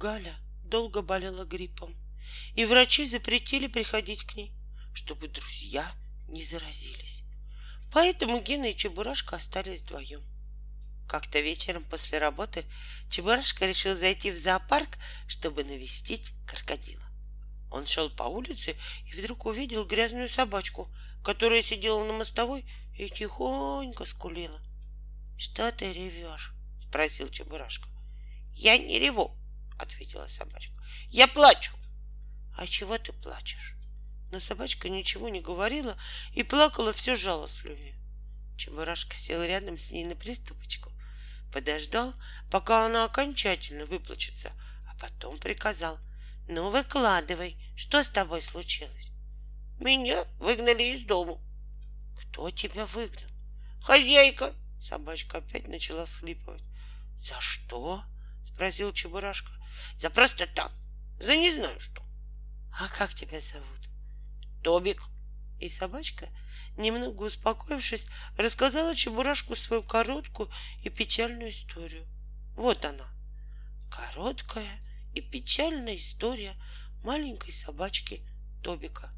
Галя долго болела гриппом, и врачи запретили приходить к ней, чтобы друзья не заразились. Поэтому Гена и Чебурашка остались вдвоем. Как-то вечером после работы Чебурашка решил зайти в зоопарк, чтобы навестить крокодила. Он шел по улице и вдруг увидел грязную собачку, которая сидела на мостовой и тихонько скулила. — Что ты ревешь? — спросил Чебурашка. — Я не реву, — ответила собачка. — Я плачу. — А чего ты плачешь? Но собачка ничего не говорила и плакала все жалостливее. Чебурашка сел рядом с ней на приступочку, подождал, пока она окончательно выплачется, а потом приказал: — Ну, выкладывай, что с тобой случилось? — Меня выгнали из дому. — Кто тебя выгнал? — Хозяйка. Собачка опять начала всхлипывать. — За что? — спросил Чебурашка. — За просто так, за не знаю что. — А как тебя зовут? — Тобик. И собачка, немного успокоившись, рассказала Чебурашку свою короткую и печальную историю. Вот она, короткая и печальная история маленькой собачки Тобика.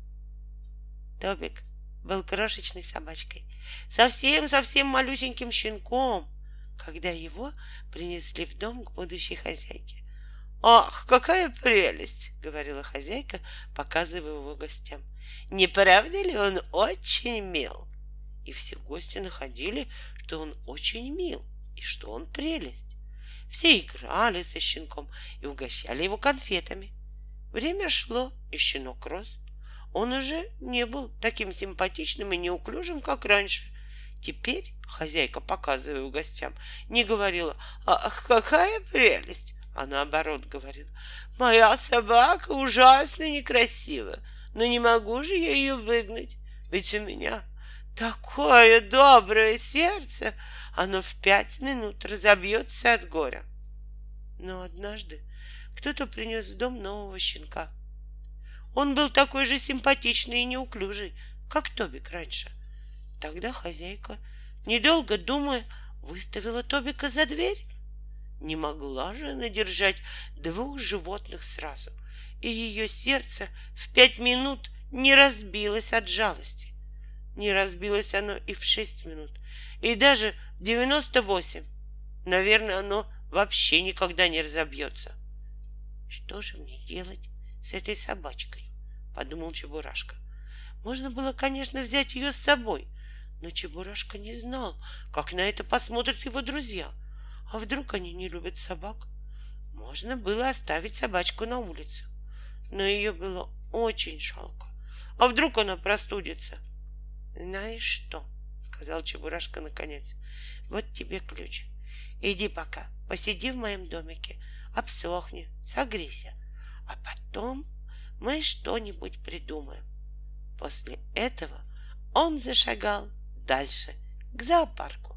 Тобик был крошечной собачкой, совсем-совсем малюсеньким щенком, когда его принесли в дом к будущей хозяйке. «Ах, какая прелесть!» — говорила хозяйка, показывая его гостям. «Не правда ли он очень мил?» И все гости находили, что он очень мил и что он прелесть. Все играли со щенком и угощали его конфетами. Время шло, и щенок рос. Он уже не был таким симпатичным и неуклюжим, как раньше. Теперь хозяйка, показывая гостям, не говорила: «Ах, какая прелесть!» А наоборот говорила: «Моя собака ужасно некрасива, но не могу же я ее выгнать, ведь у меня такое доброе сердце, оно в 5 минут разобьется от горя». Но однажды кто-то принес в дом нового щенка. Он был такой же симпатичный и неуклюжий, как Тобик раньше. Тогда хозяйка, недолго думая, выставила Тобика за дверь. Не могла же она держать 2 животных сразу, и ее сердце в 5 минут не разбилось от жалости. Не разбилось оно и в 6 минут, и даже в 98. Наверное, оно вообще никогда не разобьется. Что же мне делать с этой собачкой? — подумал Чебурашка. Можно было, конечно, взять ее с собой, но Чебурашка не знал, как на это посмотрят его друзья. А вдруг они не любят собак? Можно было оставить собачку на улице, но ее было очень жалко. А вдруг она простудится? — Знаешь что? — сказал Чебурашка наконец. — Вот тебе ключ. Иди пока, посиди в моем домике, обсохни, согрейся, а потом мы что-нибудь придумаем. После этого он зашагал дальше, к зоопарку.